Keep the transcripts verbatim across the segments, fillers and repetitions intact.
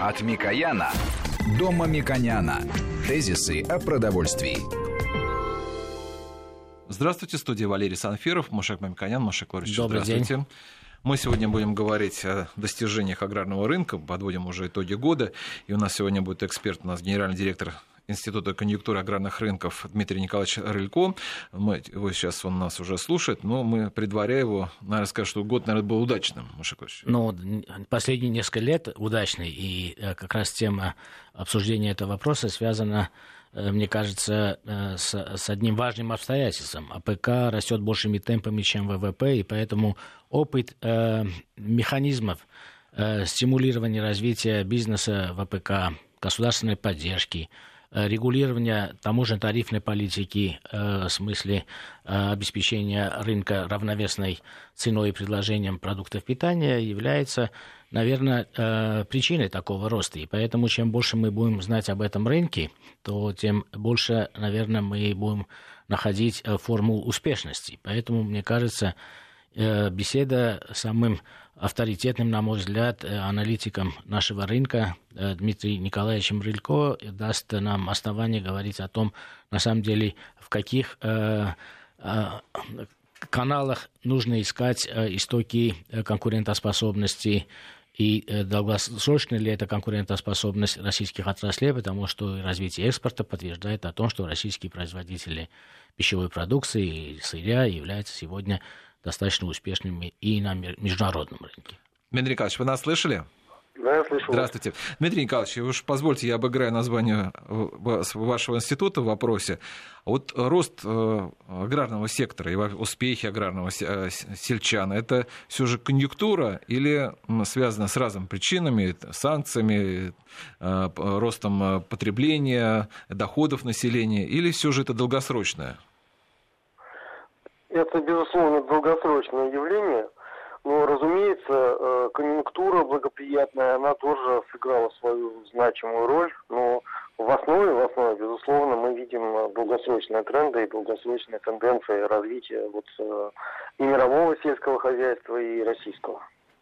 От Микояна до Мамиконяна. Тезисы о продовольствии. Здравствуйте, студия Валерий Санфиров, Мушек Мамиконян. Мушек Лорич, добрый здравствуйте. День. Мы сегодня будем говорить о достижениях аграрного рынка, подводим уже итоги года. И у нас сегодня будет эксперт, у нас генеральный директор Института конъюнктуры аграрных рынков Дмитрий Николаевич Рылько. Мы, его сейчас он нас уже слушает, но мы, предваряя его, наверное, скажем, что год, наверное, был удачным, Мушек Лорич. Ну, последние несколько лет удачный, и как раз тема обсуждения этого вопроса связана, мне кажется, с, с одним важным обстоятельством. АПК растет большими темпами, чем ВВП, и поэтому опыт э, механизмов э, стимулирования развития бизнеса в АПК, государственной поддержки, регулирования таможенно-тарифной политики э, в смысле э, обеспечения рынка равновесной ценой и предложением продуктов питания является, наверное, э, причиной такого роста. И поэтому, чем больше мы будем знать об этом рынке, то тем больше, наверное, мы будем находить э, формулу успешности. Поэтому, мне кажется, э, беседа с самым авторитетным, на мой взгляд, аналитиком нашего рынка Дмитрием Николаевичем Рылько даст нам основание говорить о том, на самом деле, в каких э, э, каналах нужно искать э, истоки конкурентоспособности и э, долгосрочная ли это конкурентоспособность российских отраслей, потому что развитие экспорта подтверждает о том, что российские производители пищевой продукции и сырья являются сегодня достаточно успешными и на международном рынке. Дмитрий Николаевич, вы нас слышали? Да, я слышу. Здравствуйте. Дмитрий Николаевич, вы уж позвольте, я обыграю название вашего института в вопросе. Вот рост аграрного сектора и успехи аграрного сельчана, это все же конъюнктура или связано с разными причинами, санкциями, ростом потребления, доходов населения, или все же это долгосрочное? Это, безусловно, долгосрочное явление, но, разумеется, конъюнктура благоприятная, она тоже сыграла свою значимую роль, но в основе, в основе, безусловно, мы видим долгосрочные тренды и долгосрочные тенденции развития вот, и мирового сельского хозяйства, и российского.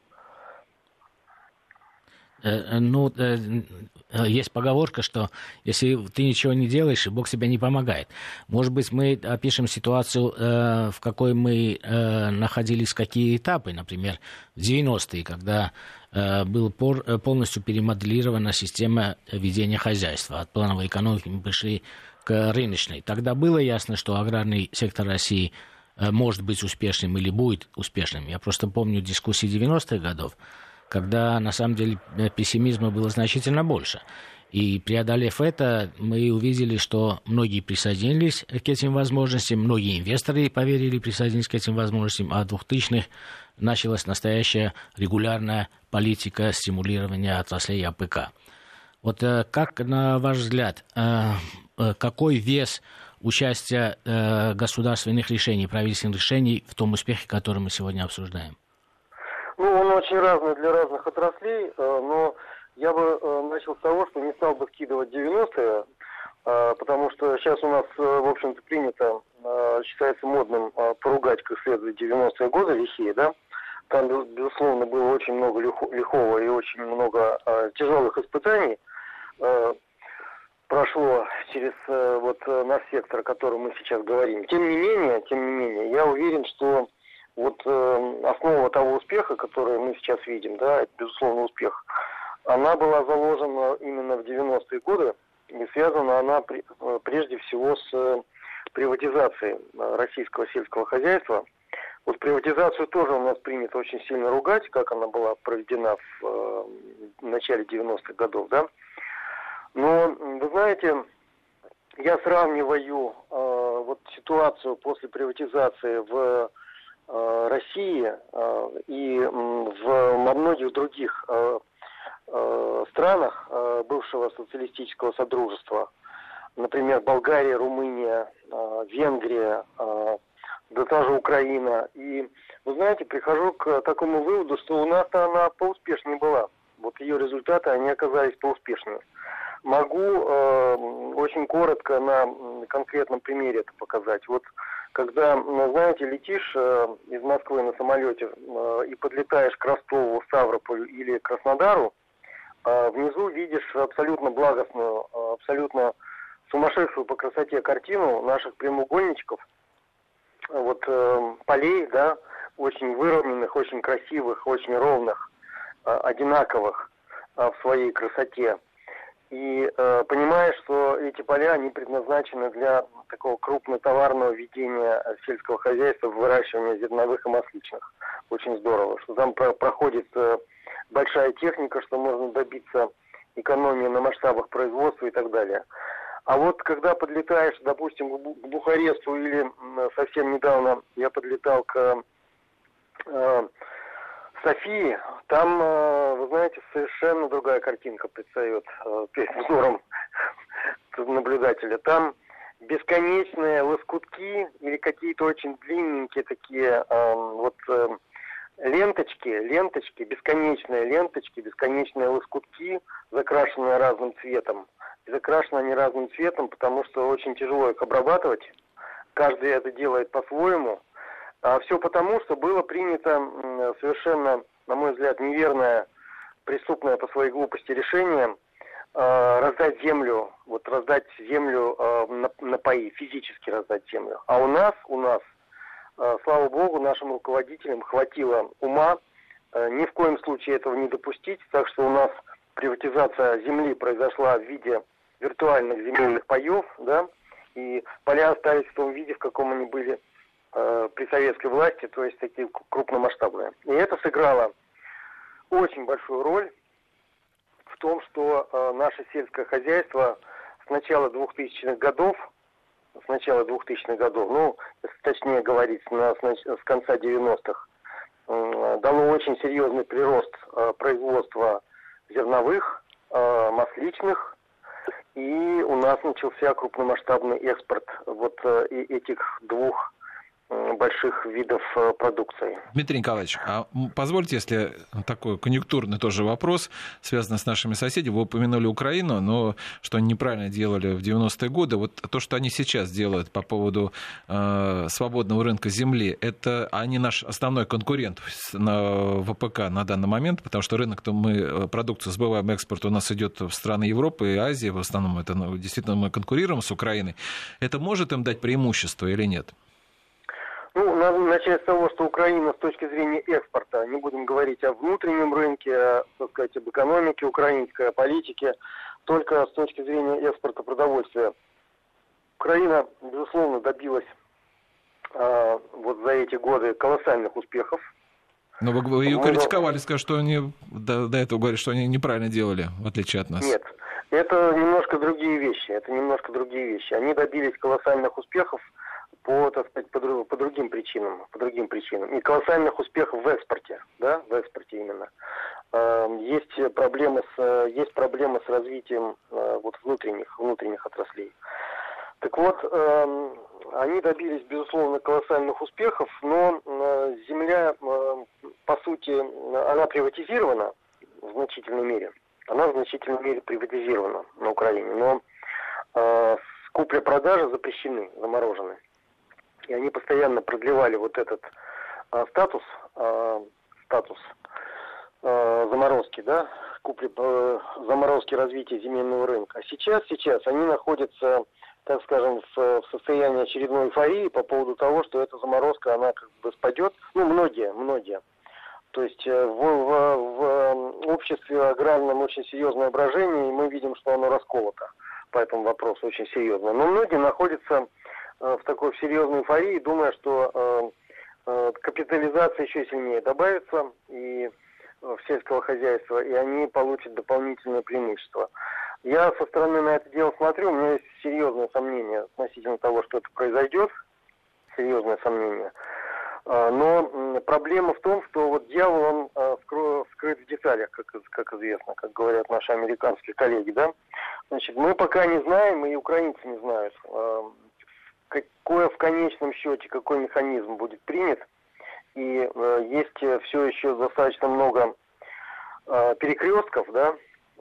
Ну, есть поговорка, что если ты ничего не делаешь, Бог тебе не помогает. Может быть, мы опишем ситуацию, в какой мы находились, какие этапы, например, в девяностые, когда была полностью перемоделирована система ведения хозяйства. От плановой экономики мы пришли к рыночной. Тогда было ясно, что аграрный сектор России может быть успешным или будет успешным. Я просто помню дискуссии девяностых годов, когда, на самом деле, пессимизма было значительно больше. И, преодолев это, мы увидели, что многие присоединились к этим возможностям, многие инвесторы поверили, присоединились к этим возможностям, а в двухтысячных началась настоящая регулярная политика стимулирования отраслей АПК. Вот как, на ваш взгляд, какой вес участия государственных решений, правительственных решений в том успехе, который мы сегодня обсуждаем? Ну, он очень разный для разных отраслей, но я бы начал с того, что не стал бы скидывать девяностые, потому что сейчас у нас, в общем-то, принято, считается модным поругать, как следует, девяностые годы лихие, да? Там, безусловно, было очень много лихого и очень много тяжелых испытаний прошло через вот наш сектор, о котором мы сейчас говорим. Тем не менее, тем не менее, я уверен, что вот э, основа того успеха, который мы сейчас видим, да, это, безусловно, успех, она была заложена именно в девяностые годы, и связана она при, прежде всего с приватизацией российского сельского хозяйства. Вот приватизацию тоже у нас принято очень сильно ругать, как она была проведена в, э, в начале девяностых годов, да. Но, вы знаете, я сравниваю э, вот ситуацию после приватизации в России и в, во многих других странах бывшего социалистического содружества, например, Болгария, Румыния, Венгрия, да та же Украина. И, вы знаете, прихожу к такому выводу, что у нас-то она поуспешнее была. Вот ее результаты, они оказались поуспешнее. Могу э, очень коротко на конкретном примере это показать. Вот когда, знаете, летишь э, из Москвы на самолете э, и подлетаешь к Ростову, Ставрополю или Краснодару, а внизу видишь абсолютно благостную, абсолютно сумасшедшую по красоте картину наших прямоугольничков, вот э, полей, да, очень выровненных, очень красивых, очень ровных, э, одинаковых э, в своей красоте. И э, понимаешь, что эти поля, они предназначены для такого крупнотоварного ведения сельского хозяйства, выращивания зерновых и масличных. Очень здорово, что там про- проходит э, большая техника, что можно добиться экономии на масштабах производства и так далее. А вот когда подлетаешь, допустим, к Бухаресту или совсем недавно я подлетал к э, Софии, там, э, вы знаете, совершенно другая картинка предстает э, перед взором наблюдателя. Там бесконечные лоскутки или какие-то очень длинненькие такие э, вот э, ленточки, ленточки, бесконечные ленточки, бесконечные лоскутки, закрашенные разным цветом. И закрашены они разным цветом, потому что очень тяжело их обрабатывать. Каждый это делает по-своему. А все потому, что было принято совершенно, на мой взгляд, неверное, преступное по своей глупости решение э, раздать землю, вот раздать землю э, на, на паи, физически раздать землю. А у нас, у нас, э, слава богу, нашим руководителям хватило ума э, ни в коем случае этого не допустить, так что у нас приватизация земли произошла в виде виртуальных земельных паев, да, и поля остались в том виде, в каком они были э, при советской власти, то есть такие крупномасштабные. И это сыграло очень большую роль в том, что э, наше сельское хозяйство с начала двухтысячных годов, с начала двухтысячных годов, ну, точнее говорить, на, с конца девяностых, э, дало очень серьезный прирост э, производства зерновых, э, масличных, и у нас начался крупномасштабный экспорт вот э, этих двух э, больших видов э, продукции. Дмитрий Николаевич, а позвольте, если такой конъюнктурный тоже вопрос, связанный с нашими соседями, вы упомянули Украину, но что они неправильно делали в девяностые годы, вот то, что они сейчас делают по поводу э, свободного рынка земли, это они наш основной конкурент на ВПК на данный момент, потому что рынок-то мы продукцию сбываем, экспорт у нас идет в страны Европы и Азии, в основном это ну, действительно мы конкурируем с Украиной. Это может им дать преимущество или нет? Ну, надо начать с того, что Украина с точки зрения экспорта, не будем говорить о внутреннем рынке, о, так сказать, об экономике украинской, о политике, только с точки зрения экспорта продовольствия. Украина, безусловно, добилась э, вот за эти годы колоссальных успехов. Но вы, вы ее критиковали, сказали, что они до, до этого говорили, что они неправильно делали, в отличие от нас. Нет, это немножко другие вещи, это немножко другие вещи. Они добились колоссальных успехов по, так сказать, по, по другим причинам, по другим причинам. И колоссальных успехов в экспорте, да, в экспорте именно. Есть проблемы с, есть проблемы с развитием вот внутренних, внутренних отраслей. Так вот, они добились, безусловно, колоссальных успехов, но земля, по сути, она приватизирована в значительной мере. Она в значительной мере приватизирована на Украине, но э, купля-продажа запрещены, заморожены. И они постоянно продлевали вот этот э, статус, э, статус э, заморозки, да, купли, э, заморозки развития земельного рынка. А сейчас, сейчас они находятся, так скажем, в, в состоянии очередной эйфории по поводу того, что эта заморозка, она как бы спадет. Ну, многие, многие. То есть в, в, в обществе аграрном очень серьезное брожение, и мы видим, что оно расколото по этому вопросу очень серьезно. Но многие находятся в такой серьезной эйфории, думая, что э, капитализация еще сильнее добавится и в сельского хозяйства, и они получат дополнительное преимущество. Я со стороны на это дело смотрю, у меня есть серьезные сомнения относительно того, что это произойдет, серьезные сомнения. Но проблема в том, что вот дьявол, он скрыт в деталях, как, как известно, как говорят наши американские коллеги, да. Значит, мы пока не знаем, и украинцы не знают, какой в конечном счете, какой механизм будет принят. И есть все еще достаточно много перекрестков, да,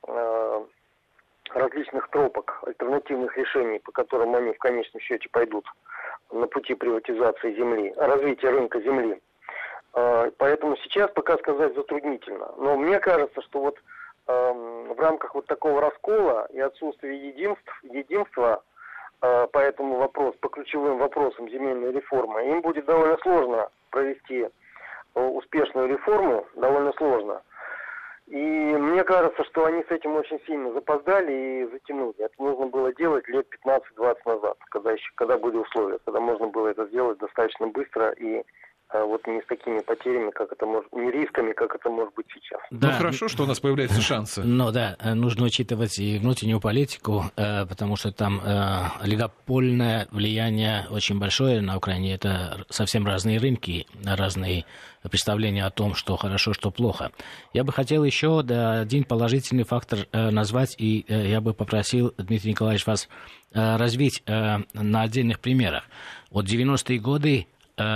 различных тропок, альтернативных решений, по которым они в конечном счете пойдут на пути приватизации земли, развития рынка земли. Поэтому сейчас пока сказать затруднительно. Но мне кажется, что вот в рамках вот такого раскола и отсутствия единств, единства э, по этому вопросу, по ключевым вопросам земельной реформы, им будет довольно сложно провести э, успешную реформу, довольно сложно. И мне кажется, что они с этим очень сильно запоздали и затянули. Это нужно было делать лет пятнадцать-двадцать назад, когда еще, когда были условия, когда можно было это сделать достаточно быстро и вот не с такими потерями, как это может, не рисками, как это может быть сейчас. Да. Ну, Да. хорошо, что у нас появляются шансы. Ну да, нужно учитывать и внутреннюю политику, потому что там олигопольное влияние очень большое на Украине. Это совсем разные рынки, разные представления о том, что хорошо, что плохо. Я бы хотел еще да, один положительный фактор назвать, и я бы попросил, Дмитрий Николаевич, вас развить на отдельных примерах. Вот девяностые годы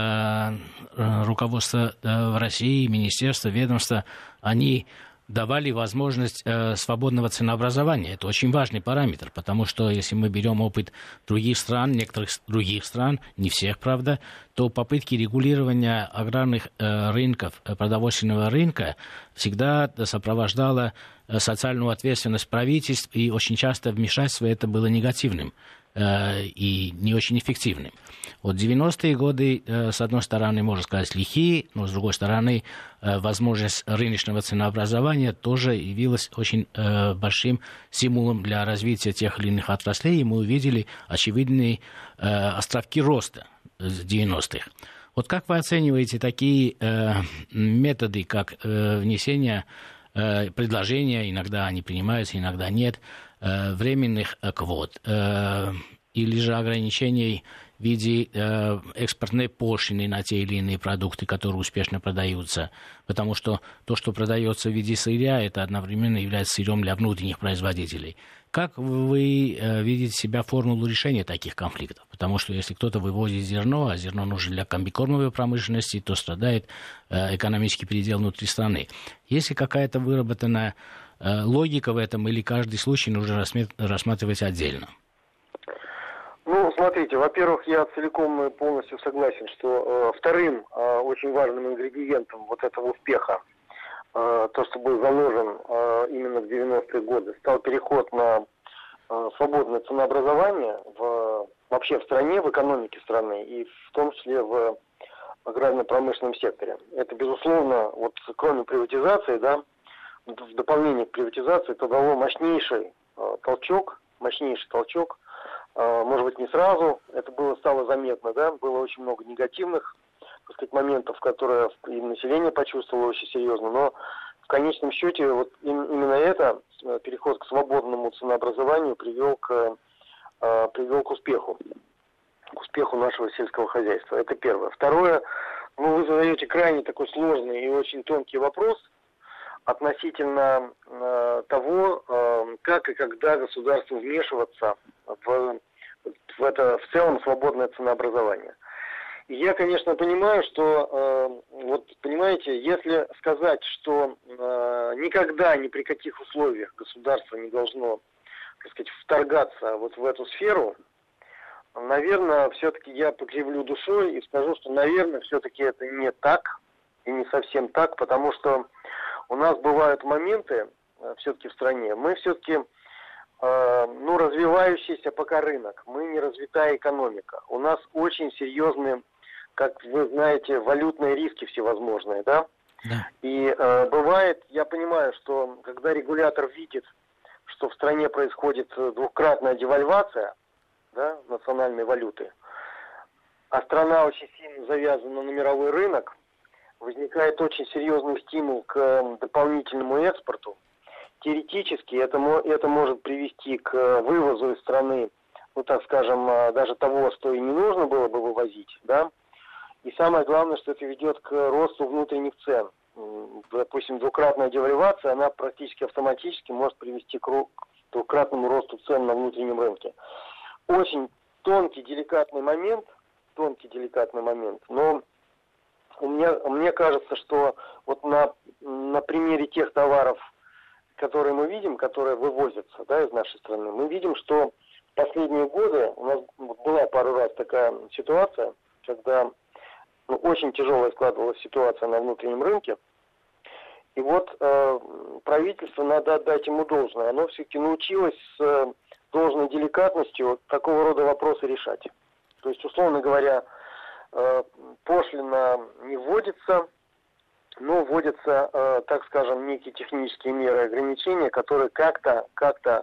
руководство в России, министерство, ведомство, они давали возможность свободного ценообразования. Это очень важный параметр, потому что если мы берем опыт других стран, некоторых других стран, не всех, правда, то попытки регулирования аграрных рынков, продовольственного рынка всегда сопровождало социальную ответственность правительств, и очень часто вмешательство это было негативным и не очень эффективным. Вот девяностые годы, с одной стороны, можно сказать, лихие, но с другой стороны, возможность рыночного ценообразования тоже явилась очень большим стимулом для развития тех или иных отраслей, и мы увидели очевидные островки роста с девяностых. Вот как вы оцениваете такие методы, как внесение предложения, иногда они принимаются, иногда нет, временных квот или же ограничений в виде экспортной пошлины на те или иные продукты, которые успешно продаются, потому что то, что продается в виде сырья, это одновременно является сырьем для внутренних производителей. Как вы видите себя формулу решения таких конфликтов? Потому что если кто-то вывозит зерно, а зерно нужно для комбикормовой промышленности, то страдает экономический передел внутри страны. Есть ли какая-то выработанная логика в этом, или каждый случай нужно рассматривать отдельно? Ну, смотрите, во-первых, я целиком и полностью согласен, что э, вторым э, очень важным ингредиентом вот этого успеха, э, то, что был заложен э, именно в девяностые годы, стал переход на э, свободное ценообразование в, вообще в стране, в экономике страны, и в том числе в аграрно-промышленном секторе. Это, безусловно, вот кроме приватизации, да, в дополнение к приватизации, это дало мощнейший э, толчок, мощнейший толчок, э, может быть, не сразу, это было, стало заметно, да, было очень много негативных, так сказать, моментов, которые и население почувствовало очень серьезно, но в конечном счете вот им, именно это, переход к свободному ценообразованию, привел к, э, привел к успеху, к успеху нашего сельского хозяйства. Это первое. Второе, ну, вы задаете крайне такой сложный и очень тонкий вопрос относительно э, того, э, как и когда государству вмешиваться в, в это в целом свободное ценообразование. И я, конечно, понимаю, что, э, вот понимаете, если сказать, что э, никогда, ни при каких условиях государство не должно, так сказать, вторгаться вот в эту сферу, наверное, все-таки я покривлю душой и скажу, что, наверное, все-таки это не так и не совсем так, потому что у нас бывают моменты все-таки в стране, мы все-таки э, ну, развивающийся пока рынок, мы не развитая экономика. У нас очень серьезные, как вы знаете, валютные риски всевозможные, да? Да. И э, бывает, я понимаю, что когда регулятор видит, что в стране происходит двукратная девальвация, да, национальной валюты, а страна очень сильно завязана на мировой рынок, возникает очень серьезный стимул к дополнительному экспорту. Теоретически это, это может привести к вывозу из страны, ну так скажем, даже того, что и не нужно было бы вывозить, да. И самое главное, что это ведет к росту внутренних цен. Допустим, двукратная девальвация, она практически автоматически может привести к двукратному росту цен на внутреннем рынке. Очень тонкий, деликатный момент, тонкий, деликатный момент, но у меня, мне кажется, что вот на, на примере тех товаров, которые мы видим, которые вывозятся, да, из нашей страны, мы видим, что в последние годы у нас была пару раз такая ситуация, когда ну, очень тяжелая складывалась ситуация на внутреннем рынке, И вот э, правительство, надо отдать ему должное, оно все-таки научилось с э, должной деликатностью такого рода вопросы решать. То есть, условно говоря, э, пошлина не вводится, но вводятся, э, так скажем, некие технические меры ограничения, которые как-то, как-то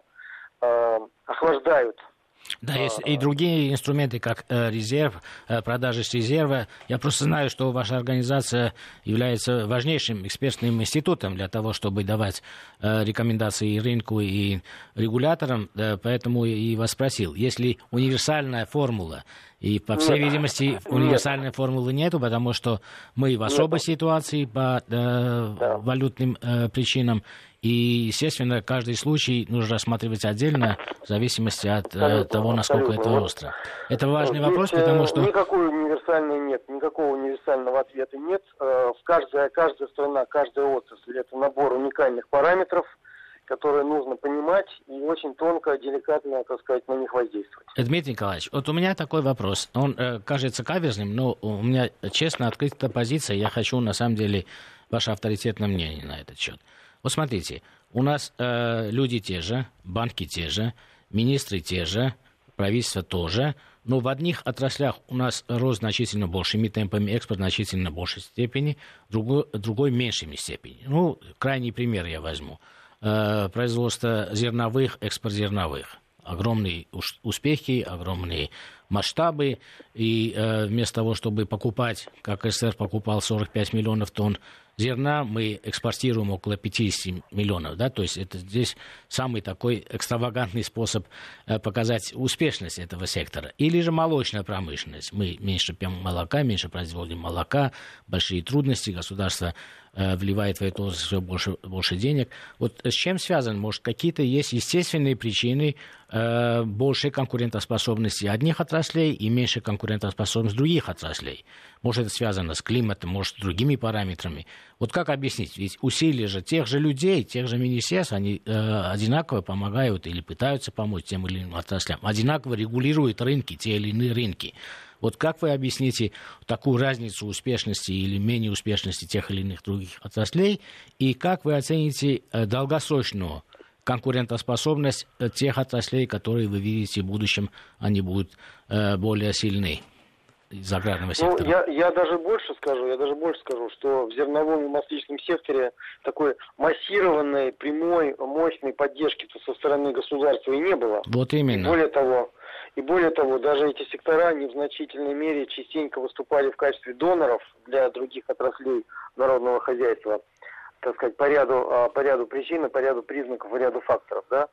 э, охлаждают. Да, есть и другие инструменты, как э, резерв, э, продажи с резерва. Я просто знаю, что ваша организация является важнейшим экспертным институтом для того, чтобы давать э, рекомендации и рынку, и регуляторам. Э, поэтому и вас спросил, есть ли универсальная формула? И, по всей нет. видимости, универсальной нет. формулы нету, потому что мы в особой нет. ситуации по э, да. валютным э, причинам. И, естественно, каждый случай нужно рассматривать отдельно, в зависимости от э, того, насколько абсолютно. это остро. Это важный Здесь вопрос, потому что... Никакой универсальной нет, никакого универсального ответа нет. В каждая, каждая страна, каждая отрасль — это набор уникальных параметров, которые нужно понимать и очень тонко, деликатно, так сказать, на них воздействовать. Дмитрий Николаевич, вот у меня такой вопрос. Он э, кажется каверзным, но у меня честно открытая позиция. Я хочу, на самом деле, ваше авторитетное мнение на этот счет. Вот смотрите, у нас э, люди те же, банки те же, министры те же, правительство тоже, но в одних отраслях у нас рост значительно большими темпами, экспорт значительно большей степени, другой, другой меньшими степени. Ну, крайний пример я возьму. Э, производство зерновых, экспорт зерновых. Огромные успехи, огромные масштабы, и э, вместо того, чтобы покупать, как СССР покупал сорок пять миллионов тонн зерна, мы экспортируем около пятьдесят миллионов, да, то есть это здесь самый такой экстравагантный способ э, показать успешность этого сектора. Или же молочная промышленность. Мы меньше пьем молока, меньше производим молока, большие трудности, государство э, вливает в это все больше, больше денег. Вот с чем связано? Может, какие-то есть естественные причины э, большей конкурентоспособности одних отраслей и меньшей конкурентоспособности других отраслей? Может, это связано с климатом, может, с другими параметрами. Вот как объяснить? Ведь усилия же тех же людей, тех же министерств, они э, одинаково помогают или пытаются помочь тем или иным отраслям, одинаково регулируют рынки, те или иные рынки. Вот как вы объясните такую разницу успешности или менее успешности тех или иных других отраслей, и как вы оцените э, долгосрочную конкурентоспособность э, тех отраслей, которые вы видите в будущем, они будут э, более сильны? Из аграрного сектора. Ну, я, я даже больше скажу, я даже больше скажу, что в зерновом и масличном секторе такой массированной, прямой, мощной поддержки со стороны государства и не было. Вот именно. И более того, и более того, даже эти сектора не в значительной мере частенько выступали в качестве доноров для других отраслей народного хозяйства, так сказать, по ряду, по ряду причин, по ряду признаков, по ряду факторов, да.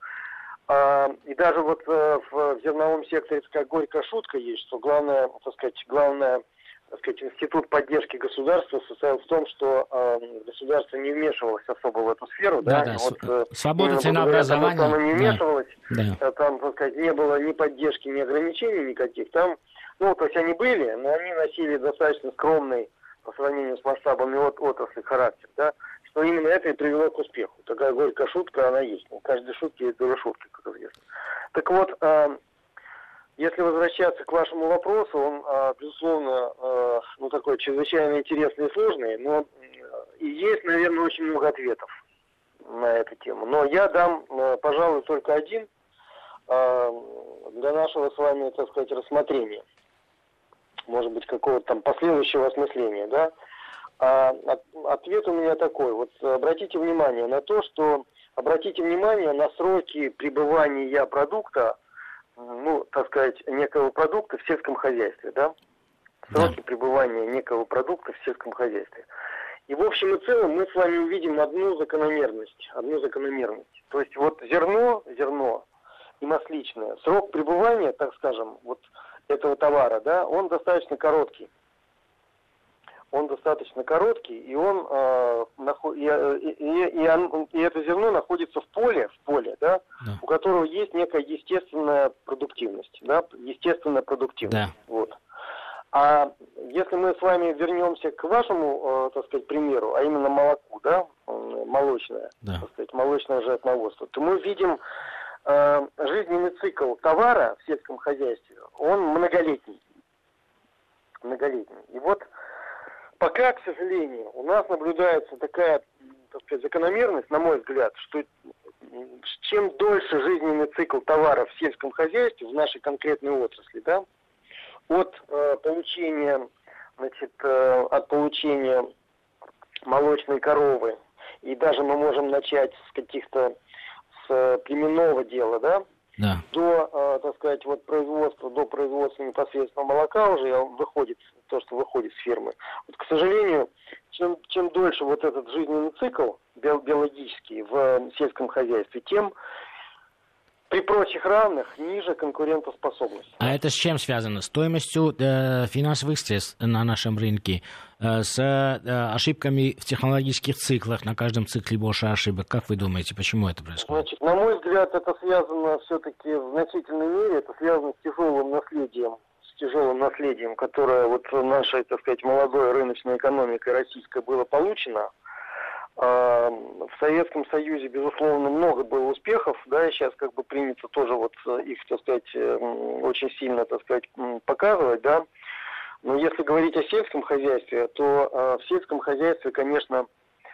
И даже вот в зерновом секторе такая горькая шутка есть, что главное, так сказать, главное, так сказать, институт поддержки государства состоял в том, что государство не вмешивалось особо в эту сферу, да, да, и да. вот свобода ценообразования, оно не вмешивалось, да. там, так сказать, не было ни поддержки, ни ограничений никаких, там, ну, то есть они были, но они носили достаточно скромный по сравнению с масштабами от отрасли характер, да, что именно это и привело к успеху. Такая горькая шутка, она есть. У каждой шутки есть доля шутки, как известно. Так вот, э, если возвращаться к вашему вопросу, он, э, безусловно, э, ну, такой чрезвычайно интересный и сложный, но и есть, наверное, очень много ответов на эту тему. Но я дам, э, пожалуй, только один э, для нашего с вами, так сказать, рассмотрения. Может быть, какого-то там последующего осмысления, да. А, ответ у меня такой. Вот обратите внимание на то, что обратите внимание на сроки пребывания продукта, ну, так сказать, некого продукта в сельском хозяйстве, да? Сроки да. пребывания некого продукта в сельском хозяйстве. И в общем и целом мы с вами увидим одну закономерность, одну закономерность. То есть вот зерно, зерно и масличное, срок пребывания, так скажем, вот этого товара, да, он достаточно короткий. Он достаточно короткий, и он э, наход... и, и, и, и, он... и это зерно находится в поле, в поле, да, да, у которого есть некая естественная продуктивность, да, естественная продуктивность. Да. Вот. А если мы с вами вернемся к вашему, э, так сказать, примеру, а именно молоку, да, молочное, да. так сказать, молочное животноводство, то мы видим э, жизненный цикл товара в сельском хозяйстве, он многолетний, многолетний. И вот пока, к сожалению, у нас наблюдается такая так сказать, закономерность, на мой взгляд, что чем дольше жизненный цикл товаров в сельском хозяйстве, в нашей конкретной отрасли, да, от э, получения, значит, э, от получения молочной коровы, и даже мы можем начать с каких-то, с племенного дела, да, Да. до, э, так сказать, вот производства, до производства непосредственно молока уже выходит, то, что выходит с фермы. Вот, к сожалению, чем, чем дольше вот этот жизненный цикл биологический в сельском хозяйстве, тем при прочих равных ниже конкурентоспособность. А это с чем связано? С стоимостью э, финансовых средств на нашем рынке, э, с э, ошибками в технологических циклах, на каждом цикле больше ошибок. Как вы думаете, почему это происходит? Значит, на мой взгляд, это связано все-таки в значительной мере, это связано с тяжелым наследием, с тяжелым наследием, которое вот нашей, так сказать, молодой рыночной экономикой российской было получено. В Советском Союзе, безусловно, много было успехов, да, и сейчас как бы принято тоже вот их, так сказать, очень сильно, так сказать, показывать, да. Но если говорить о сельском хозяйстве, то в сельском хозяйстве, конечно,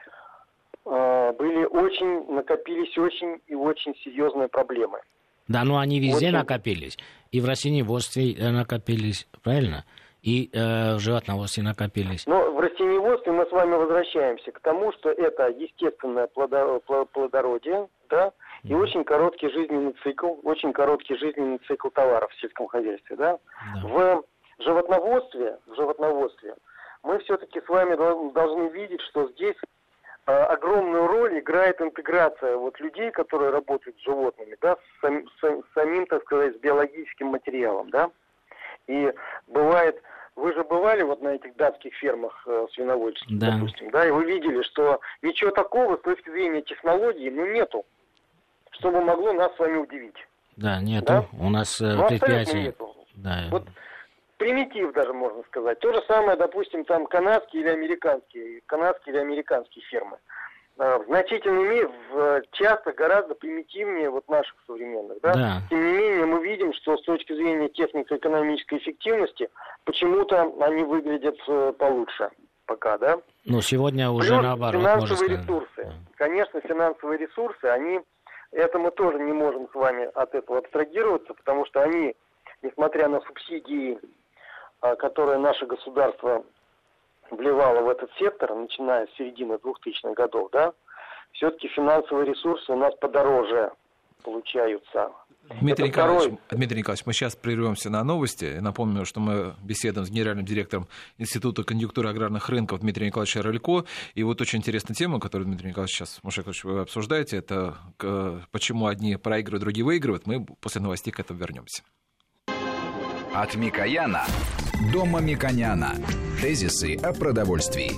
были очень, накопились очень и очень серьезные проблемы. Да, но они везде очень... накопились. И в растениеводстве накопились, правильно? И э, в животноводстве накопились. Но в растениеводстве мы с вами возвращаемся к тому, что это естественное плодо... плодородие, да, и mm-hmm. очень короткий жизненный цикл, очень короткий жизненный цикл товаров в сельском хозяйстве, да. Да. В животноводстве, в животноводстве мы все-таки с вами должны видеть, что здесь э, огромную роль играет интеграция вот людей, которые работают с животными, да, с, сам... с самим, так сказать, с биологическим материалом, да. И бывает, вы же бывали вот на этих датских фермах э, свиноводческих, да. допустим, да, и вы видели, что ничего такого с точки зрения технологии, ну, нету, чтобы могло нас с вами удивить. Да, нету. Да? У нас э, ну, предприятие... нету. Да. Вот примитив даже, можно сказать. То же самое, допустим, там канадские или американские, канадские или американские фермы. В значительной мере, часто гораздо примитивнее вот наших современных, да? Да. Тем не менее, мы видим, что с точки зрения технико-экономической эффективности, почему-то они выглядят получше пока, да? Ну, сегодня уже Плюс наоборот, финансовые можно сказать. ресурсы. Да. Конечно, финансовые ресурсы, они, это мы тоже не можем с вами от этого абстрагироваться, потому что они, несмотря на субсидии, которые наше государство вливала в этот сектор, начиная с середины двухтысячных годов, да, все-таки финансовые ресурсы у нас подороже получаются. Дмитрий Это Николаевич, второй... Дмитрий Николаевич, мы сейчас прервемся на новости. Напомню, что мы беседуем с генеральным директором Института конъюнктуры аграрных рынков Дмитрием Николаевичем Рылько. И вот очень интересная тема, которую, Дмитрий Николаевич, сейчас, Маша Яковлевич, вы обсуждаете, это почему одни проигрывают, другие выигрывают. Мы после новостей к этому вернемся. От Микояна до Мамиконяна. Тезисы о продовольствии.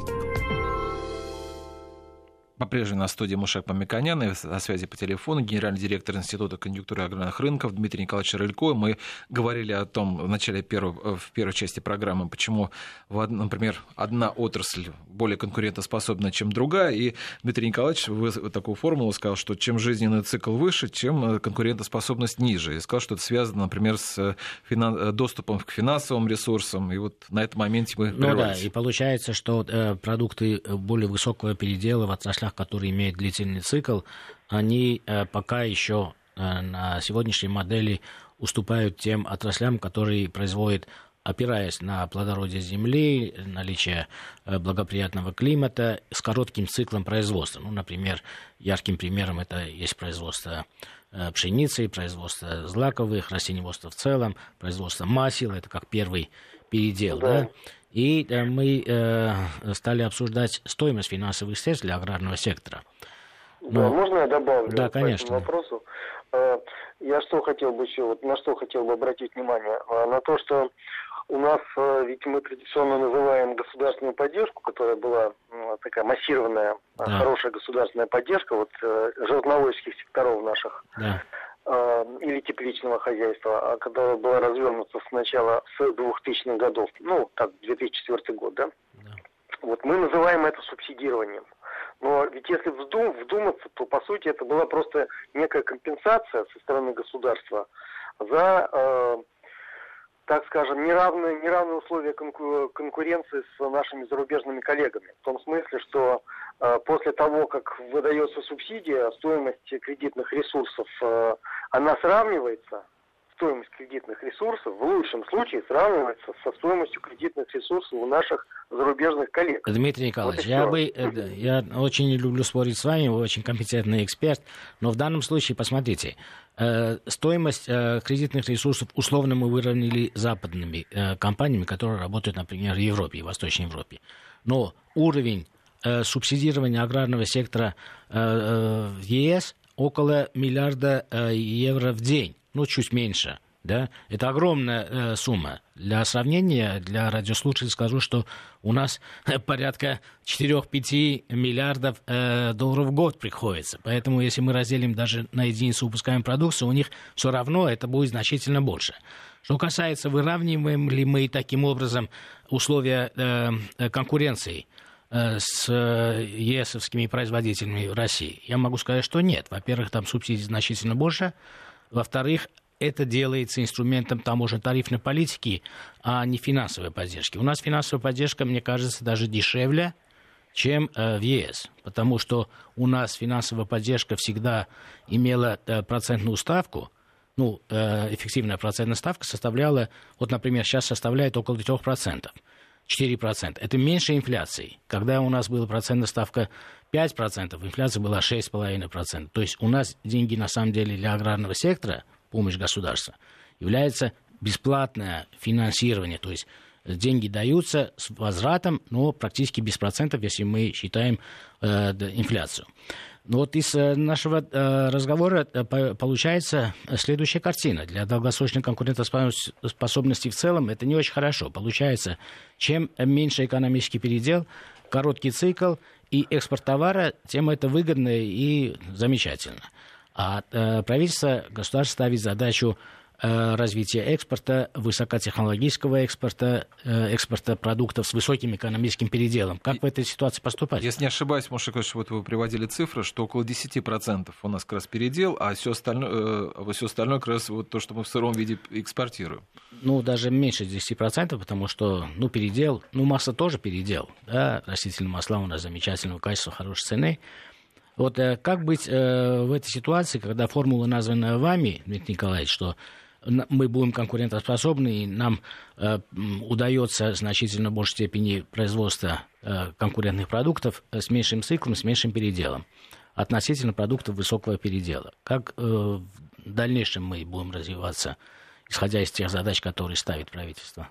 По-прежнему на студии Мушек Мамиконян, и на связи по телефону генеральный директор Института конъюнктуры аграрных рынков Дмитрий Николаевич Рылько. Мы говорили о том в начале первой, в первой части программы, почему, например, одна отрасль более конкурентоспособна, чем другая. И Дмитрий Николаевич, вы такую формулу сказал, что чем жизненный цикл выше, тем конкурентоспособность ниже. И сказал, что это связано, например, с финан... доступом к финансовым ресурсам. И вот на этом моменте мы Ну да, и получается, что э, продукты более высокого передела в отраслях, которые имеют длительный цикл, они э, пока еще э, на сегодняшней модели уступают тем отраслям, которые производят, опираясь на плодородие земли, наличие э, благоприятного климата с коротким циклом производства. Ну, например, ярким примером это есть производство э, пшеницы, производство злаковых, растениеводство в целом, производство масел, это как первый передел, да. да? И э, мы э, стали обсуждать стоимость финансовых средств для аграрного сектора. Но... Да, можно я добавлю да, по этому вопросу? Я что хотел бы еще, вот на что хотел бы обратить внимание? На то, что у нас, ведь мы традиционно называем государственную поддержку, которая была такая массированная, да. хорошая государственная поддержка вот животноводческих секторов наших. Да. Или тепличного хозяйства, которое было развернуто сначала с двухтысячных годов, ну, так, две тысячи четвёртый год, да? да. Вот мы называем это субсидированием. Но ведь если вдум, вдуматься, то, по сути, это была просто некая компенсация со стороны государства за, э, так скажем, неравные, неравные условия конку- конкуренции с нашими зарубежными коллегами. В том смысле, что после того, как выдается субсидия, стоимость кредитных ресурсов, она сравнивается, стоимость кредитных ресурсов в лучшем случае сравнивается со стоимостью кредитных ресурсов у наших зарубежных коллег. Дмитрий Николаевич, вот я, бы, я очень не люблю спорить с вами, вы очень компетентный эксперт, но в данном случае, посмотрите, стоимость кредитных ресурсов условно мы выровняли западными компаниями, которые работают, например, в Европе и Восточной Европе. Но уровень субсидирования аграрного сектора в ЕС около миллиарда евро в день, ну, чуть меньше. Да? Это огромная э, сумма. Для сравнения, для радиослушателей скажу, что у нас порядка четыре-пять миллиардов э, долларов в год приходится. Поэтому, если мы разделим даже на единицу выпускаемой продукции, у них все равно это будет значительно больше. Что касается, выравниваем ли мы таким образом условия э, конкуренции э, с э, ЕСовскими производителями в России, я могу сказать, что нет. Во-первых, там субсидий значительно больше. Во-вторых, это делается инструментом таможенно-тарифной политики, а не финансовой поддержки. У нас финансовая поддержка, мне кажется, даже дешевле, чем э, в ЕС, потому что у нас финансовая поддержка всегда имела э, процентную ставку, ну, э, эффективная процентная ставка составляла, вот, например, сейчас составляет около три процента, четыре процента. Это меньше инфляции. Когда у нас была процентная ставка пять процентов, инфляция была шесть целых пять десятых процента. То есть у нас деньги, на самом деле, для аграрного сектора, помощь государства, является бесплатное финансирование. То есть деньги даются с возвратом, но практически без процентов, если мы считаем э, инфляцию. Но вот из э, нашего э, разговора э, получается следующая картина. Для долгосрочной конкурентоспособности в целом это не очень хорошо. Получается, чем меньше экономический передел, короткий цикл и экспорт товара, тем это выгодно и замечательно. А э, правительство, государство ставит задачу э, развития экспорта, высокотехнологического экспорта, э, экспорта продуктов с высоким экономическим переделом. Как и, в этой ситуации поступать? Если не ошибаюсь, Маша Николаевич, вот вы приводили цифры, что около десять процентов у нас как раз передел, а все остальное, э, все остальное как раз вот то, что мы в сыром виде экспортируем. Ну, даже меньше десять процентов, потому что, ну, передел, ну, масло тоже передел, да, растительные масла у нас замечательного качества, хорошей цены. Вот э, как быть э, в этой ситуации, когда формула, названная вами, Дмитрий Николаевич, что мы будем конкурентоспособны, и нам э, удается значительно большей степени производства э, конкурентных продуктов с меньшим циклом, с меньшим переделом, относительно продуктов высокого передела. Как э, в дальнейшем мы будем развиваться, исходя из тех задач, которые ставит правительство?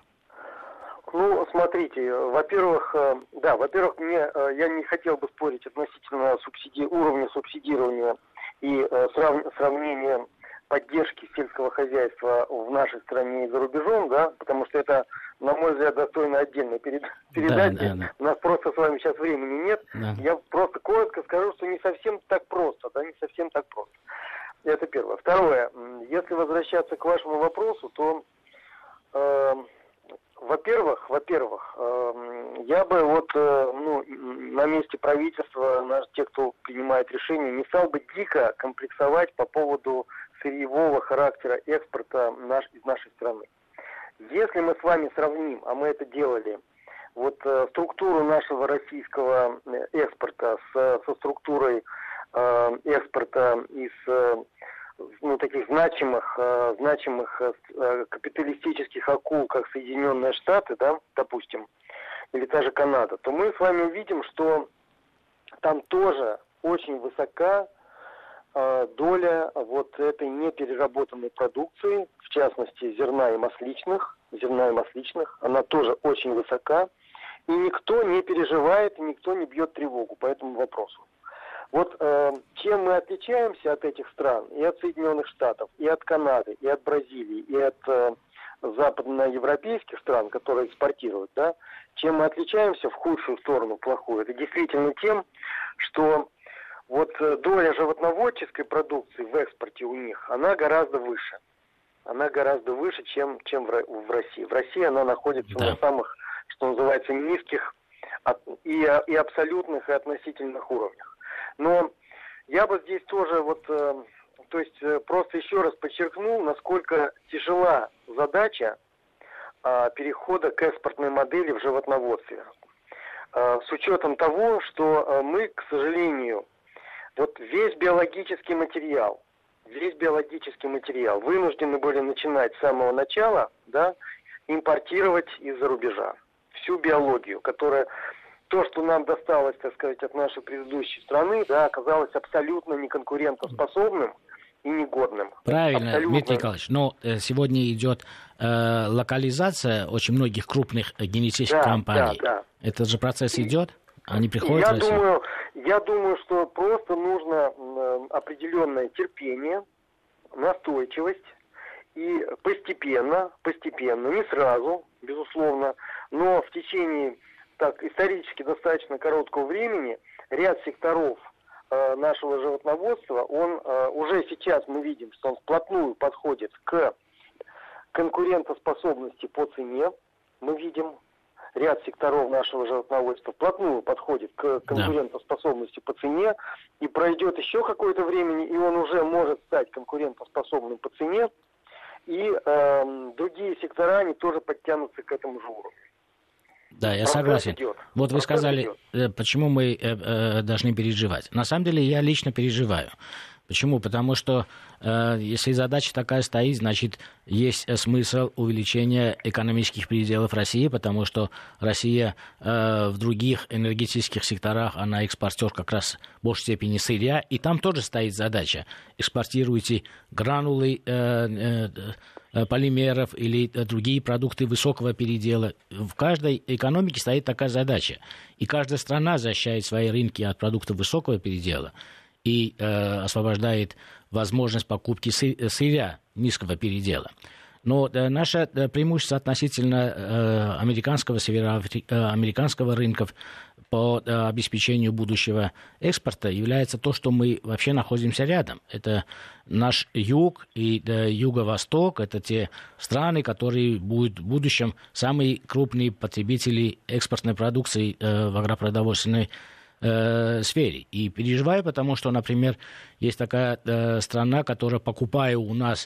Ну, смотрите, во-первых, да, во-первых, мне, я не хотел бы спорить относительно субсиди... уровня субсидирования и срав... сравнения поддержки сельского хозяйства в нашей стране и за рубежом, да, потому что это, на мой взгляд, достойно отдельной перед... передачи. Да, да, да. У нас просто с вами сейчас времени нет. Да. Я просто коротко скажу, что не совсем так просто, да, не совсем так просто. Это первое. Второе, если возвращаться к вашему вопросу, то... Э... Во-первых, во-первых, я бы вот ну, на месте правительства, на, те, кто принимает решения, не стал бы дико комплексовать по поводу сырьевого характера экспорта наш, из нашей страны. Если мы с вами сравним, а мы это делали, вот структуру нашего российского экспорта с, со структурой э, экспорта из ну, таких значимых, э, значимых э, капиталистических акул, как Соединенные Штаты, да, допустим, или та же Канада, то мы с вами увидим, что там тоже очень высока э, доля вот этой непереработанной продукции, в частности зерна и масличных, зерна и масличных, она тоже очень высока, и никто не переживает, и никто не бьет тревогу по этому вопросу. Вот э, чем мы отличаемся от этих стран, и от Соединенных Штатов, и от Канады, и от Бразилии, и от э, западноевропейских стран, которые экспортируют, да, чем мы отличаемся в худшую сторону, в плохую, это действительно тем, что вот э, доля животноводческой продукции в экспорте у них, она гораздо выше. Она гораздо выше, чем, чем в, в России. В России она находится да. на самых, что называется, низких и, и абсолютных, и относительных уровнях. Но я бы здесь тоже вот, э, то есть э, просто еще раз подчеркнул, насколько тяжела задача э, перехода к экспортной модели в животноводстве. с учетом того, что мы, к сожалению, вот весь биологический материал, весь биологический материал вынуждены были начинать с самого начала, да, импортировать из-за рубежа. Всю биологию, которая, то, что нам досталось, так сказать, от нашей предыдущей страны, да, оказалось абсолютно неконкурентоспособным и негодным. Правильно, Абсолютно. Дмитрий Николаевич, но э, сегодня идет э, локализация очень многих крупных э, генетических да, компаний. Да, да. Этот же процесс идет? Они приходят я в Россию? Думаю, я думаю, что просто нужно э, определенное терпение, настойчивость и постепенно, постепенно, не сразу, безусловно, но в течение так исторически достаточно короткого времени ряд секторов нашего животноводства, он уже сейчас мы видим, что он вплотную подходит к конкурентоспособности по цене. Мы видим, ряд секторов нашего животноводства вплотную подходит к конкурентоспособности по цене, и пройдет еще какое-то время, и он уже может стать конкурентоспособным по цене, и э, другие сектора, они тоже подтянутся к этому же уровню. Да, я Процесс согласен. идет. Вот вы Процесс сказали, идет. почему мы э, э, должны переживать. На самом деле я лично переживаю. Почему? Потому что э, если задача такая стоит, значит, есть смысл увеличения экономических пределов России, потому что Россия э, в других энергетических секторах, она экспортер как раз в большей степени сырья, и там тоже стоит задача. Экспортируйте гранулы э, э, полимеров или другие продукты высокого передела. В каждой экономике стоит такая задача. И каждая страна защищает свои рынки от продуктов высокого передела и э, освобождает возможность покупки сы- сырья низкого передела. Но э, наше э, преимущество относительно э, американского, североамериканского рынков по э, обеспечению будущего экспорта является то, что мы вообще находимся рядом. Это наш юг и э, юго-восток, это те страны, которые будут в будущем самые крупные потребители экспортной продукции э, в агропродовольственной сфере. И переживаю, потому что, например, есть такая э, страна, которая, покупая у нас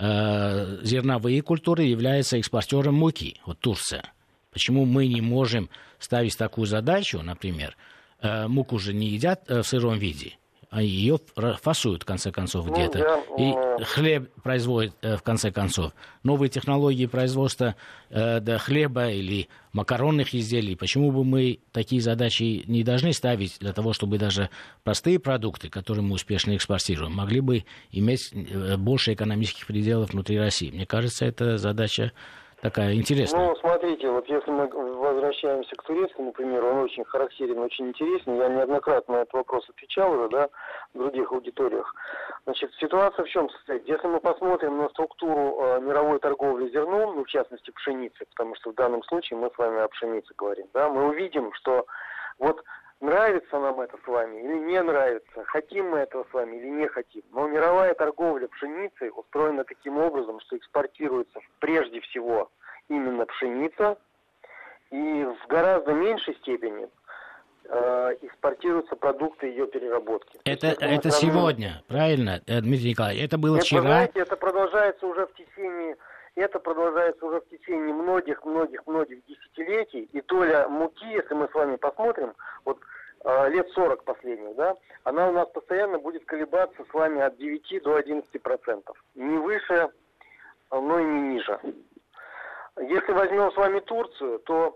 э, зерновые культуры, является экспортером муки, вот Турция. Почему мы не можем ставить такую задачу, например, э, муку же не едят э, в сыром виде, а ее фасуют, в конце концов, ну, где-то. я... И хлеб производят, в конце концов. Новые технологии производства э, да, хлеба или макаронных изделий. Почему бы мы такие задачи не должны ставить для того, чтобы даже простые продукты, которые мы успешно экспортируем, могли бы иметь больше экономических пределов внутри России? Мне кажется, это задача такая интересная. Ну, смотрите, вот если мы возвращаемся к турецкому примеру, он очень характерен, очень интересен. Я неоднократно на этот вопрос отвечал уже, да, в других аудиториях. Значит, ситуация в чем состоит? Если мы посмотрим на структуру э, мировой торговли зерном, ну, в частности, пшеницы, потому что в данном случае мы с вами о пшенице говорим, да, мы увидим, что вот нравится нам это с вами или не нравится, хотим мы этого с вами или не хотим, но мировая торговля пшеницей устроена таким образом, что экспортируется прежде всего именно пшеница, и в гораздо меньшей степени э, экспортируются продукты ее переработки. Это, есть, это сравним... сегодня, правильно, Дмитрий Николаевич? Это было это, вчера. Знаете, это продолжается уже в течение... Это продолжается уже в течение многих-многих-многих десятилетий, и доля муки, если мы с вами посмотрим, вот э, лет сорок последних, да, она у нас постоянно будет колебаться с вами от девяти до одиннадцати процентов. Не выше, но и не ниже. Если возьмем с вами Турцию, то,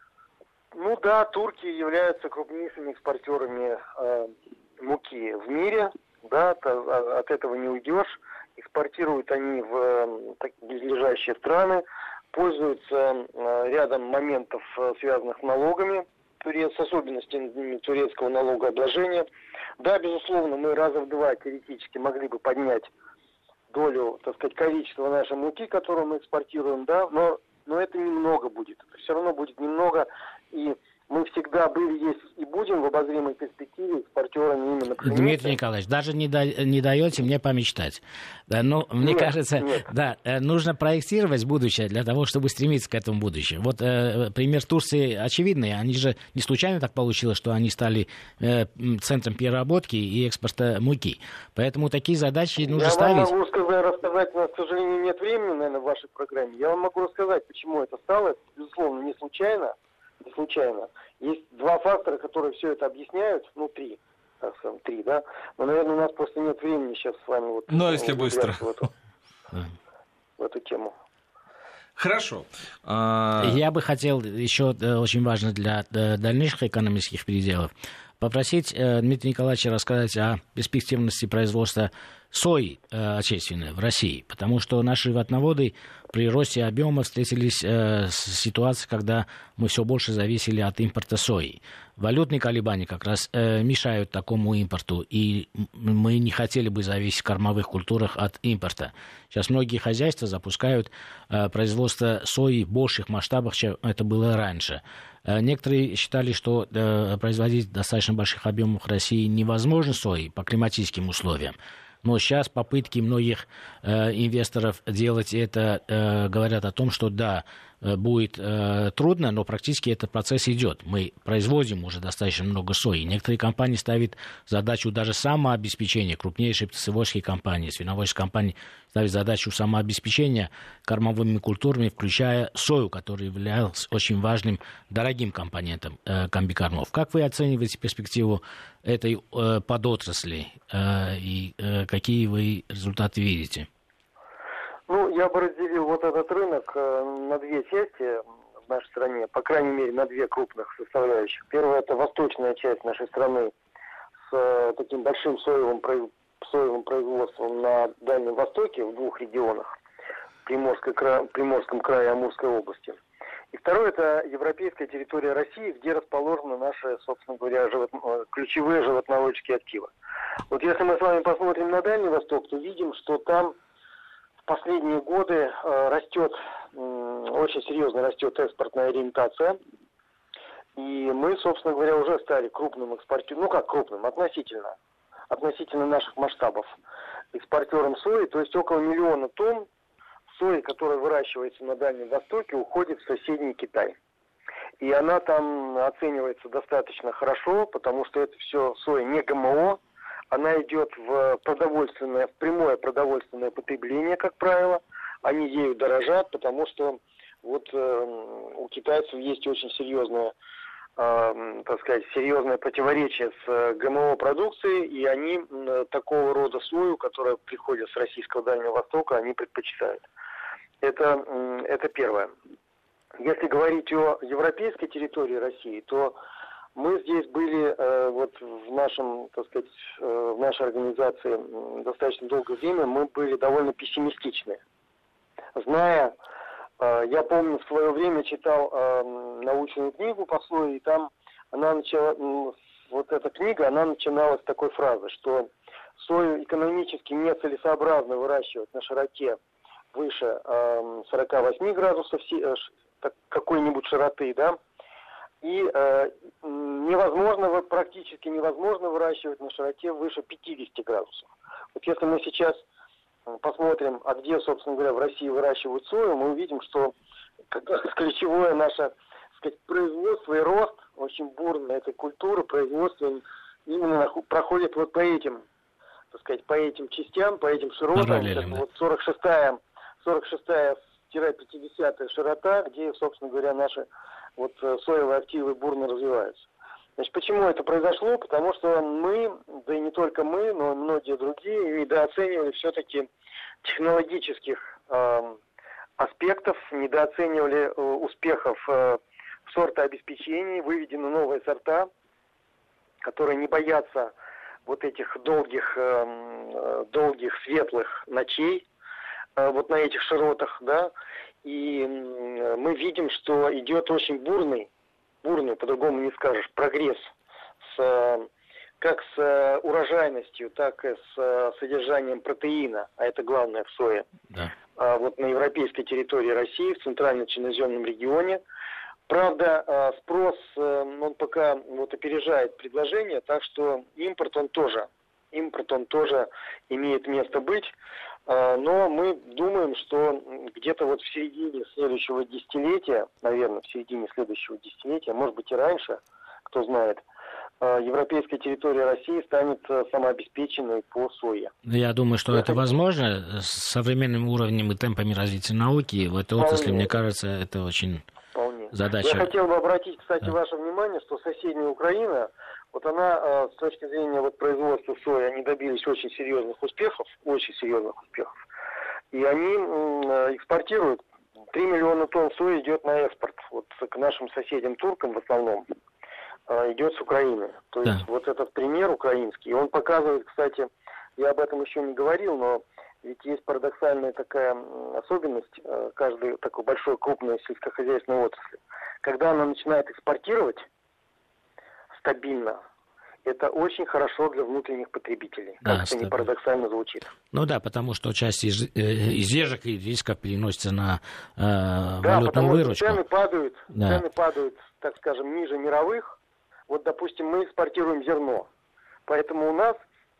ну да, турки являются крупнейшими экспортерами э, муки в мире, да, то, от этого не уйдешь. Экспортируют они в э, близлежащие страны, пользуются э, рядом моментов, э, связанных с налогами, с особенностями турецкого налогообложения. Да, безусловно, мы раза в два теоретически могли бы поднять долю, так сказать, количества нашей муки, которую мы экспортируем, да, но, но это немного будет. Это все равно будет немного, и мы всегда были, есть и будем в обозримой перспективе экспортерами именно пшеницы. Дмитрий Николаевич, даже не, да, не даете мне помечтать. Да, ну, мне нет, кажется, нет. да, нужно проектировать будущее для того, чтобы стремиться к этому будущему. Вот э, пример Турции очевидный. Они же не случайно так получилось, что они стали э, центром переработки и экспорта муки. Поэтому такие задачи нужно Я ставить. Я вам могу сказать, рассказать, но, к сожалению, нет времени, наверное, в вашей программе. Я вам могу рассказать, почему это стало. Это, безусловно, не случайно. не случайно. Есть два фактора, которые все это объясняют, ну, три, так скажем, три, да. Но, наверное, у нас просто нет времени сейчас с вами вот... Ну, если быстро. В эту, в эту тему. Хорошо. Я бы хотел еще, очень важно для дальнейших экономических переделов, попросить Дмитрия Николаевича рассказать о перспективности производства сои э, отечественной в России, потому что наши животноводы при росте объема встретились э, с ситуацией, когда мы все больше зависели от импорта сои. Валютные колебания как раз э, мешают такому импорту, и мы не хотели бы зависеть в кормовых культурах от импорта. Сейчас многие хозяйства запускают э, производство сои в больших масштабах, чем это было раньше. Э, некоторые считали, что э, производить в достаточно больших объемах в России невозможно сои по климатическим условиям. Но сейчас попытки многих э, инвесторов делать это э, говорят о том, что да, э, будет э, трудно, но практически этот процесс идет. Мы производим уже достаточно много сои. Некоторые компании ставят задачу даже самообеспечения. Крупнейшие птицеводческие компании, свиноводческие компании ставят задачу самообеспечения кормовыми культурами, включая сою, которая являлась очень важным, дорогим компонентом э, комбикормов. Как вы оцениваете перспективу этой э, подотрасли э, и э, какие вы результаты видите? Ну, я бы разделил вот этот рынок э, на две части в нашей стране, по крайней мере, на две крупных составляющих. Первая – это восточная часть нашей страны с э, таким большим соевым, соевым производством на Дальнем Востоке в двух регионах, Приморской, Приморском крае и Амурской области. И второе – это европейская территория России, где расположены наши, собственно говоря, живот... ключевые животноводческие активы. Вот если мы с вами посмотрим на Дальний Восток, то видим, что там в последние годы э, растет, э, очень серьезно растет экспортная ориентация. И мы, собственно говоря, уже стали крупным экспортером, ну как крупным, относительно, относительно наших масштабов, экспортером сои, то есть около миллиона тонн сои, которая выращивается на Дальнем Востоке, уходит в соседний Китай. И она там оценивается достаточно хорошо, потому что это все соя не ГМО, она идет в продовольственное, в прямое продовольственное потребление, как правило. Они ею дорожат, потому что вот э, у китайцев есть очень серьезное, э, так сказать, серьезное противоречие с ГМО-продукцией, и они э, такого рода сою, которая приходит с российского Дальнего Востока, они предпочитают. Это, это первое. Если говорить о европейской территории России, то мы здесь были э, вот в нашем, так сказать, э, в нашей организации достаточно долгое время, мы были довольно пессимистичны. Зная, э, я помню, в свое время читал э, научную книгу по сое, и там она начала, э, вот эта книга, она начиналась с такой фразы, что сою экономически нецелесообразно выращивать на широте выше э, сорок восемь градусов э, какой-нибудь широты, да, и э, невозможно, практически невозможно выращивать на широте выше пятьдесят градусов. Вот если мы сейчас посмотрим, а где, собственно говоря, в России выращивают сою, мы увидим, что ключевое наше, так сказать, производство и рост очень бурный этой культуры, производство именно проходит вот по этим, так сказать, по этим частям, по этим широтам. Это вот сорок шестая сорок шестая-пятидесятая широта, где, собственно говоря, наши вот соевые активы бурно развиваются. Значит, почему это произошло? Потому что мы, да и не только мы, но и многие другие, недооценивали все-таки технологических э, аспектов, недооценивали э, успехов э, в сортообеспечении, выведены новые сорта, которые не боятся вот этих долгих, э, долгих светлых ночей, вот на этих широтах, да, и мы видим, что идет очень бурный, бурный, по-другому не скажешь, прогресс с, как с урожайностью, так и с содержанием протеина, а это главное в сое, да. А вот на европейской территории России, в центрально-черноземном регионе. Правда, спрос, он пока вот опережает предложение, так что импорт он тоже, импорт он тоже имеет место быть. Но мы думаем, что где-то вот в середине следующего десятилетия, наверное, в середине следующего десятилетия, может быть и раньше, кто знает, европейская территория России станет самообеспеченной по сое. Я думаю, что это, это возможно. С современным уровнем и темпами развития науки в этой отрасли, мне кажется, это очень... Вполне. задача... Я хотел бы обратить, кстати, да. ваше внимание, что соседняя Украина, вот она с точки зрения вот производства сои, они добились очень серьезных успехов, очень серьезных успехов. И они экспортируют, три миллиона тонн сои идет на экспорт, вот к нашим соседям туркам в основном, идет с Украины. То есть да. вот этот пример украинский, он показывает, кстати, я об этом еще не говорил, но ведь есть парадоксальная такая особенность каждой такой большой крупной сельскохозяйственной отрасли. Когда она начинает экспортировать стабильно, это очень хорошо для внутренних потребителей. Да, как это не парадоксально звучит. Ну да, потому что часть из, э, издержек и рисков переносится на э, да, валютную потому выручку. Что цены падают, да. цены падают, так скажем, ниже мировых. Вот, допустим, мы экспортируем зерно. Поэтому у нас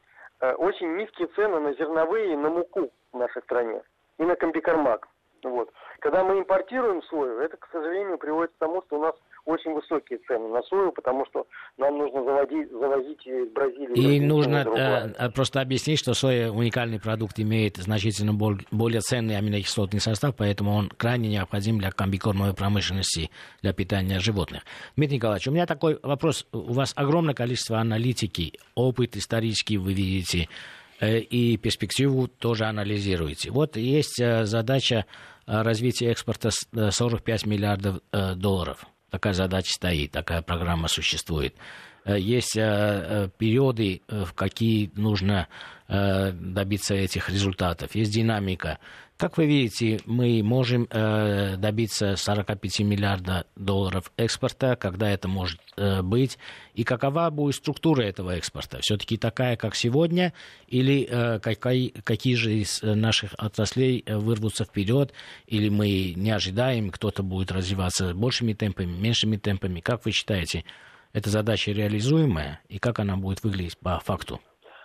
очень низкие цены на зерновые и на муку в нашей стране. И на комбикормак. Вот. Когда мы импортируем сою, это, к сожалению, приводит к тому, что у нас очень высокие цены на сою, потому что нам нужно заводить, завозить ее из Бразилии. И нужно э, просто объяснить, что соя уникальный продукт, имеет значительно более ценный аминокислотный состав, поэтому он крайне необходим для комбикормовой промышленности, для питания животных. Дмитрий Николаевич, у меня такой вопрос. У вас огромное количество аналитики, опыт исторический вы видите, э, и перспективу тоже анализируете. Вот есть э, задача развития экспорта сорок пять миллиардов э, долларов. Такая задача стоит, такая программа существует. Есть э, периоды, в какие нужно э, добиться этих результатов. Есть динамика. Как вы видите, мы можем э, добиться сорок пять миллиардов долларов экспорта, когда это может э, быть, и какова будет структура этого экспорта? Все-таки такая, как сегодня, или э, какие, какие же из наших отраслей вырвутся вперед, или мы не ожидаем, кто-то будет развиваться большими темпами, меньшими темпами? Как вы считаете, эта задача реализуемая, и как она будет выглядеть по факту?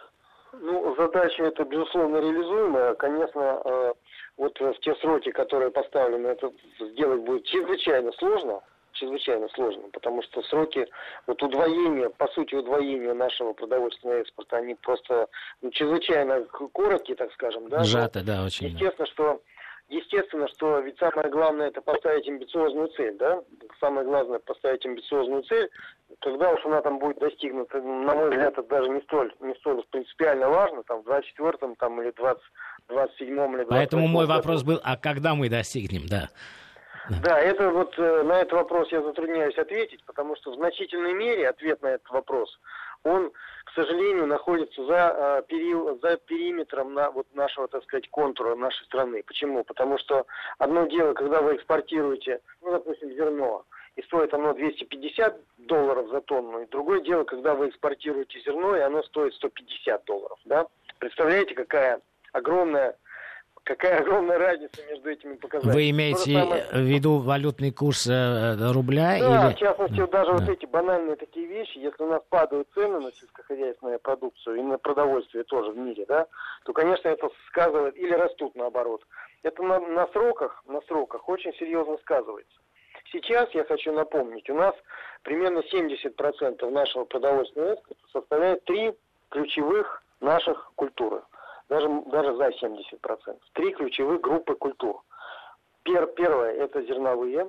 Ну, задача эта, безусловно, реализуемая. Конечно, э, вот в те сроки, которые поставлены, это сделать будет чрезвычайно сложно, чрезвычайно сложно, потому что сроки, вот удвоения, по сути, удвоения нашего продовольственного экспорта, они просто ну, чрезвычайно короткие, так скажем, да. Сжато, да, очень. Естественно, что Естественно, что ведь самое главное это поставить амбициозную цель, да? Самое главное поставить амбициозную цель. Когда уж она там будет достигнута, на мой взгляд, это даже не столь, не столь принципиально важно, там в двадцать четвёртом там, или двадцать, двадцать седьмом или двадцать восьмом. Поэтому мой вопрос был, а когда мы достигнем, да? Да, это вот на этот вопрос я затрудняюсь ответить, потому что в значительной мере ответ на этот вопрос, он, к сожалению, находится за, период, за периметром на, вот нашего, так сказать, контура нашей страны. Почему? Потому что одно дело, когда вы экспортируете, ну, допустим, зерно, и стоит оно двести пятьдесят долларов за тонну, и другое дело, когда вы экспортируете зерно, и оно стоит сто пятьдесят долларов, да? Представляете, какая огромная Какая огромная разница между этими показателями. Вы имеете самое... в виду валютный курс э, рубля? Да, или... в частности, да. даже да. вот эти банальные такие вещи, если у нас падают цены на сельскохозяйственную продукцию и на продовольствие тоже в мире, да, то, конечно, это сказывает, или растут наоборот. Это на, на сроках, на сроках очень серьезно сказывается. Сейчас, я хочу напомнить, у нас примерно семьдесят процентов нашего продовольственного экспорта составляет три ключевых наших культуры. Даже, даже за семьдесят процентов. Три ключевых группы культур. Пер, первое – это зерновые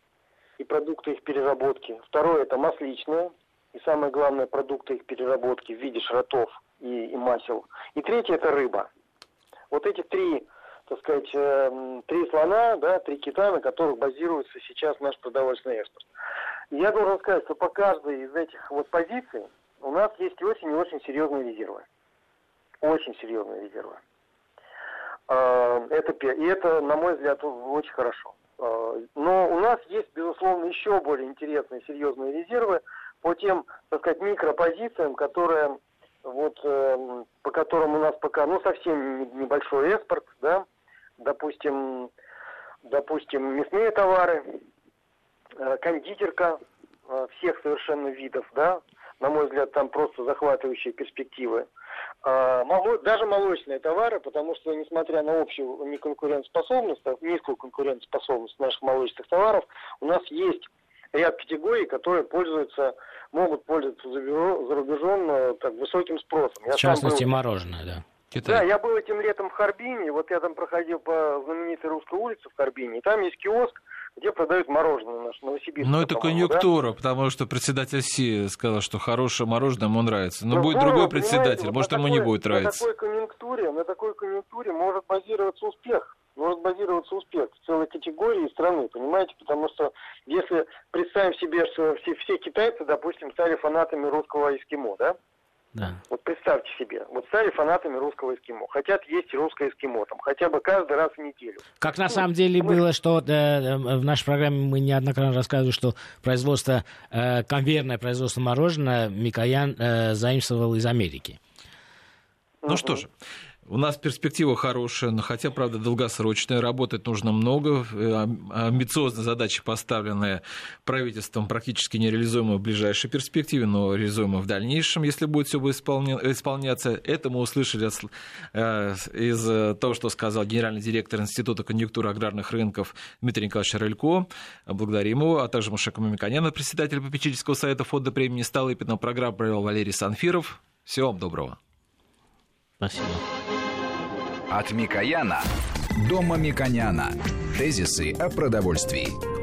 и продукты их переработки. Второе – это масличные и, самое главное, продукты их переработки в виде шротов и, и масел. И третье – это рыба. Вот эти три, так сказать, э, три слона, да, три кита, на которых базируется сейчас наш продовольственный экспорт. И я должен сказать, что по каждой из этих вот позиций у нас есть очень и очень серьезные резервы. Очень серьезные резервы. Это, и это, на мой взгляд, очень хорошо. Но у нас есть, безусловно, еще более интересные, серьезные резервы по тем, так сказать, микропозициям, которые, вот, по которым у нас пока, ну, совсем небольшой экспорт, да, допустим, допустим, мясные товары, кондитерка всех совершенно видов, да, на мой взгляд, там просто захватывающие перспективы. Даже молочные товары, потому что, несмотря на общую неконкурентоспособность, низкую конкурентоспособность наших молочных товаров, у нас есть ряд категорий, которые пользуются, могут пользоваться за рубежом так, высоким спросом. В частности, был... мороженое, да. Китай. Да, я был этим летом в Харбине, вот я там проходил по знаменитой Русской улице в Харбине, и там есть киоск, где продают мороженое наше, Новосибирск. Но это конъюнктура, да? Потому что председатель СИ сказал, что хорошее мороженое ему нравится. Но, Но будет здорово, другой председатель, может, ему такой, не будет нравиться. На такой конъюнктуре, на такой конъюнктуре может базироваться успех. Может базироваться успех целой категории страны, понимаете? Потому что если представим себе, что все, все китайцы, допустим, стали фанатами русского эскимо, да? Да. Вот представьте себе, вот стали фанатами русского эскимо, хотят есть русское эскимо, там, хотя бы каждый раз в неделю. Как на самом деле мы... было, что э, в нашей программе мы неоднократно рассказывали, что производство, э, конвейерное производство мороженого Микоян э, заимствовал из Америки. Ну uh-huh. что же. У нас перспектива хорошая, но хотя, правда, долгосрочная. Работать нужно много. Амбициозные задачи, поставленные правительством, практически нереализуемые в ближайшей перспективе, но реализуемые в дальнейшем, если будет все исполняться. Это мы услышали из того, что сказал генеральный директор Института конъюнктуры аграрных рынков Дмитрий Николаевич Рылько. Благодарим его. А также Мушек Мамиконян, председатель попечительского совета фонда премии Столыпина. Программу провел Валерий Санфиров. Всего вам доброго. Спасибо. От Микояна до Мамиконяна. Тезисы о продовольствии.